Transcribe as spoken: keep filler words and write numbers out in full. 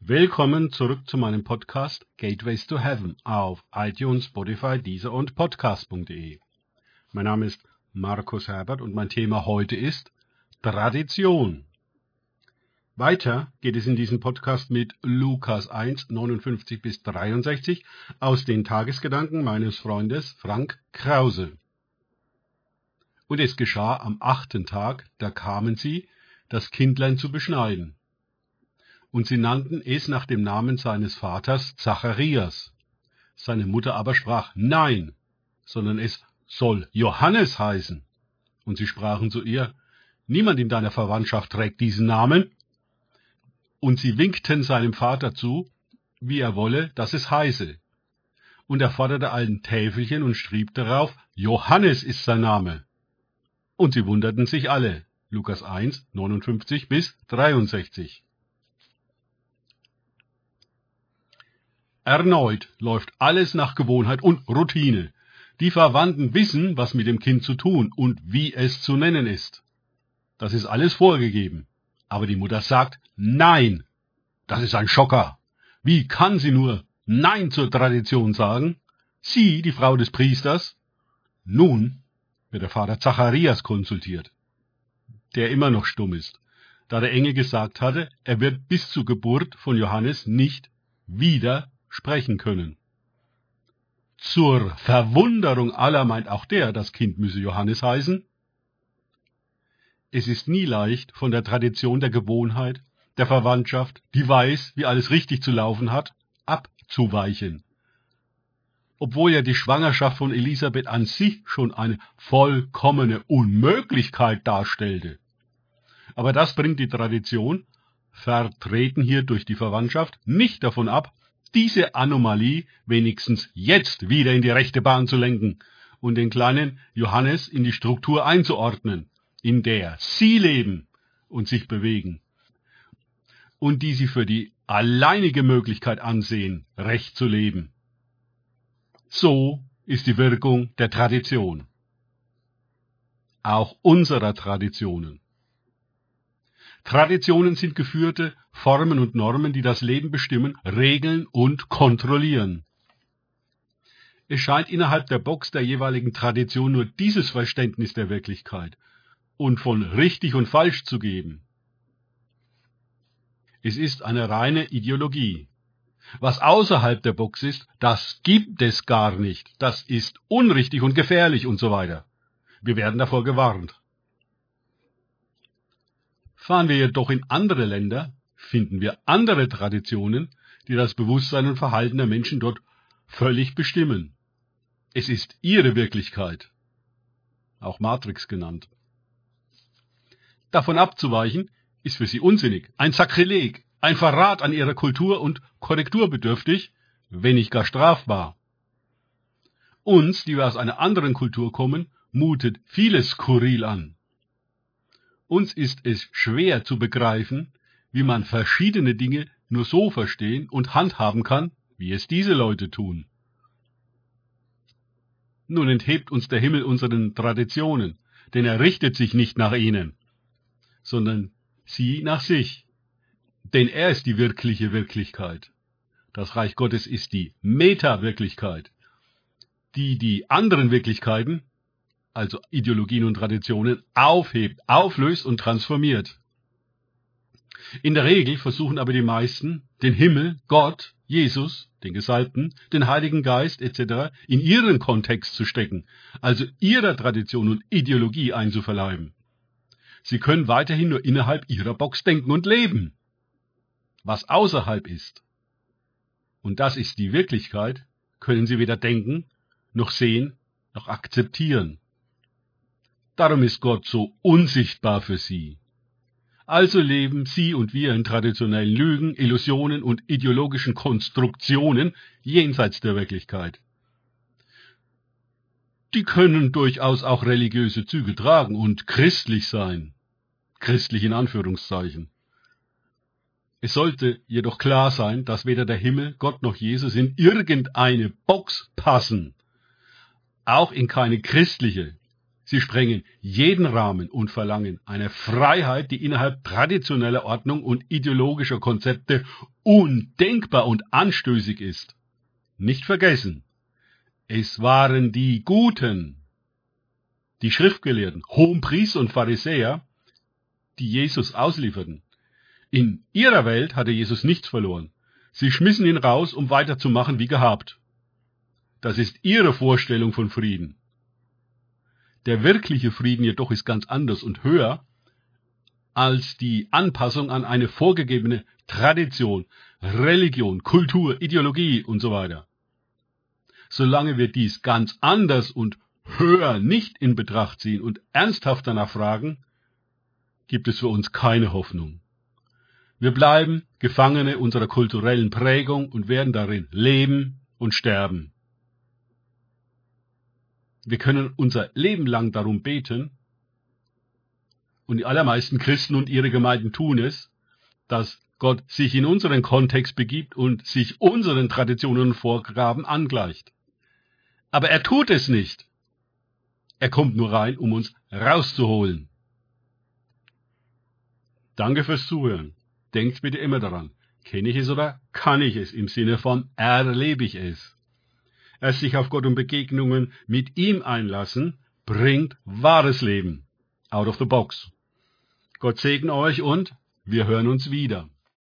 Willkommen zurück zu meinem Podcast Gateways to Heaven auf iTunes, Spotify, Deezer und Podcast punkt de. Mein Name ist Markus Herbert und mein Thema heute ist Tradition. Weiter geht es in diesem Podcast mit Lukas eins, neunundfünfzig bis dreiundsechzig aus den Tagesgedanken meines Freundes Frank Krause. Und es geschah am achten Tag, da kamen sie, das Kindlein zu beschneiden. Und sie nannten es nach dem Namen seines Vaters Zacharias. Seine Mutter aber sprach, nein, sondern es soll Johannes heißen. Und sie sprachen zu ihr, niemand in deiner Verwandtschaft trägt diesen Namen. Und sie winkten seinem Vater zu, wie er wolle, dass es heiße. Und er forderte ein Täfelchen und schrieb darauf, Johannes ist sein Name. Und sie wunderten sich alle. Lukas eins, neunundfünfzig bis dreiundsechzig. Erneut läuft alles nach Gewohnheit und Routine. Die Verwandten wissen, was mit dem Kind zu tun und wie es zu nennen ist. Das ist alles vorgegeben. Aber die Mutter sagt, nein, das ist ein Schocker. Wie kann sie nur Nein zur Tradition sagen? Sie, die Frau des Priesters. Nun wird der Vater Zacharias konsultiert, der immer noch stumm ist, da der Engel gesagt hatte, er wird bis zur Geburt von Johannes nicht wieder sprechen können. Zur Verwunderung aller meint auch der, das Kind müsse Johannes heißen. Es ist nie leicht, von der Tradition der Gewohnheit, der Verwandtschaft, die weiß, wie alles richtig zu laufen hat, abzuweichen. Obwohl ja die Schwangerschaft von Elisabeth an sich schon eine vollkommene Unmöglichkeit darstellte. Aber das bringt die Tradition, vertreten hier durch die Verwandtschaft, nicht davon ab, diese Anomalie wenigstens jetzt wieder in die rechte Bahn zu lenken und den kleinen Johannes in die Struktur einzuordnen, in der sie leben und sich bewegen und die sie für die alleinige Möglichkeit ansehen, recht zu leben. So ist die Wirkung der Tradition, auch unserer Traditionen. Traditionen sind geführte Formen und Normen, die das Leben bestimmen, regeln und kontrollieren. Es scheint innerhalb der Box der jeweiligen Tradition nur dieses Verständnis der Wirklichkeit und von richtig und falsch zu geben. Es ist eine reine Ideologie. Was außerhalb der Box ist, das gibt es gar nicht. Das ist unrichtig und gefährlich und so weiter. Wir werden davor gewarnt. Fahren wir jedoch in andere Länder, finden wir andere Traditionen, die das Bewusstsein und Verhalten der Menschen dort völlig bestimmen. Es ist ihre Wirklichkeit, auch Matrix genannt. Davon abzuweichen, ist für sie unsinnig, ein Sakrileg, ein Verrat an ihrer Kultur und korrekturbedürftig, wenn nicht gar strafbar. Uns, die wir aus einer anderen Kultur kommen, mutet vieles skurril an. Uns ist es schwer zu begreifen, wie man verschiedene Dinge nur so verstehen und handhaben kann, wie es diese Leute tun. Nun enthebt uns der Himmel unseren Traditionen, denn er richtet sich nicht nach ihnen, sondern sie nach sich. Denn er ist die wirkliche Wirklichkeit. Das Reich Gottes ist die Meta-Wirklichkeit, die die anderen Wirklichkeiten, also Ideologien und Traditionen, aufhebt, auflöst und transformiert. In der Regel versuchen aber die meisten, den Himmel, Gott, Jesus, den Gesalbten, den Heiligen Geist et cetera in ihren Kontext zu stecken, also ihrer Tradition und Ideologie einzuverleiben. Sie können weiterhin nur innerhalb ihrer Box denken und leben. Was außerhalb ist, und das ist die Wirklichkeit, können sie weder denken, noch sehen, noch akzeptieren. Darum ist Gott so unsichtbar für sie. Also leben sie und wir in traditionellen Lügen, Illusionen und ideologischen Konstruktionen jenseits der Wirklichkeit. Die können durchaus auch religiöse Züge tragen und christlich sein. Christlich in Anführungszeichen. Es sollte jedoch klar sein, dass weder der Himmel, Gott noch Jesus in irgendeine Box passen. Auch in keine christliche. Sie sprengen jeden Rahmen und verlangen eine Freiheit, die innerhalb traditioneller Ordnung und ideologischer Konzepte undenkbar und anstößig ist. Nicht vergessen, es waren die Guten, die Schriftgelehrten, Hohenpriester und Pharisäer, die Jesus auslieferten. In ihrer Welt hatte Jesus nichts verloren. Sie schmissen ihn raus, um weiterzumachen wie gehabt. Das ist ihre Vorstellung von Frieden. Der wirkliche Frieden jedoch ist ganz anders und höher als die Anpassung an eine vorgegebene Tradition, Religion, Kultur, Ideologie und so weiter. Solange wir dies ganz anders und höher nicht in Betracht ziehen und ernsthaft danach fragen, gibt es für uns keine Hoffnung. Wir bleiben Gefangene unserer kulturellen Prägung und werden darin leben und sterben. Wir können unser Leben lang darum beten, und die allermeisten Christen und ihre Gemeinden tun es, dass Gott sich in unseren Kontext begibt und sich unseren Traditionen und Vorgaben angleicht. Aber er tut es nicht. Er kommt nur rein, um uns rauszuholen. Danke fürs Zuhören. Denkt bitte immer daran, kenne ich es oder kann ich es, im Sinne von erlebe ich es. Erst sich auf Gott und Begegnungen mit ihm einlassen, bringt wahres Leben. Out of the box. Gott segne euch und wir hören uns wieder.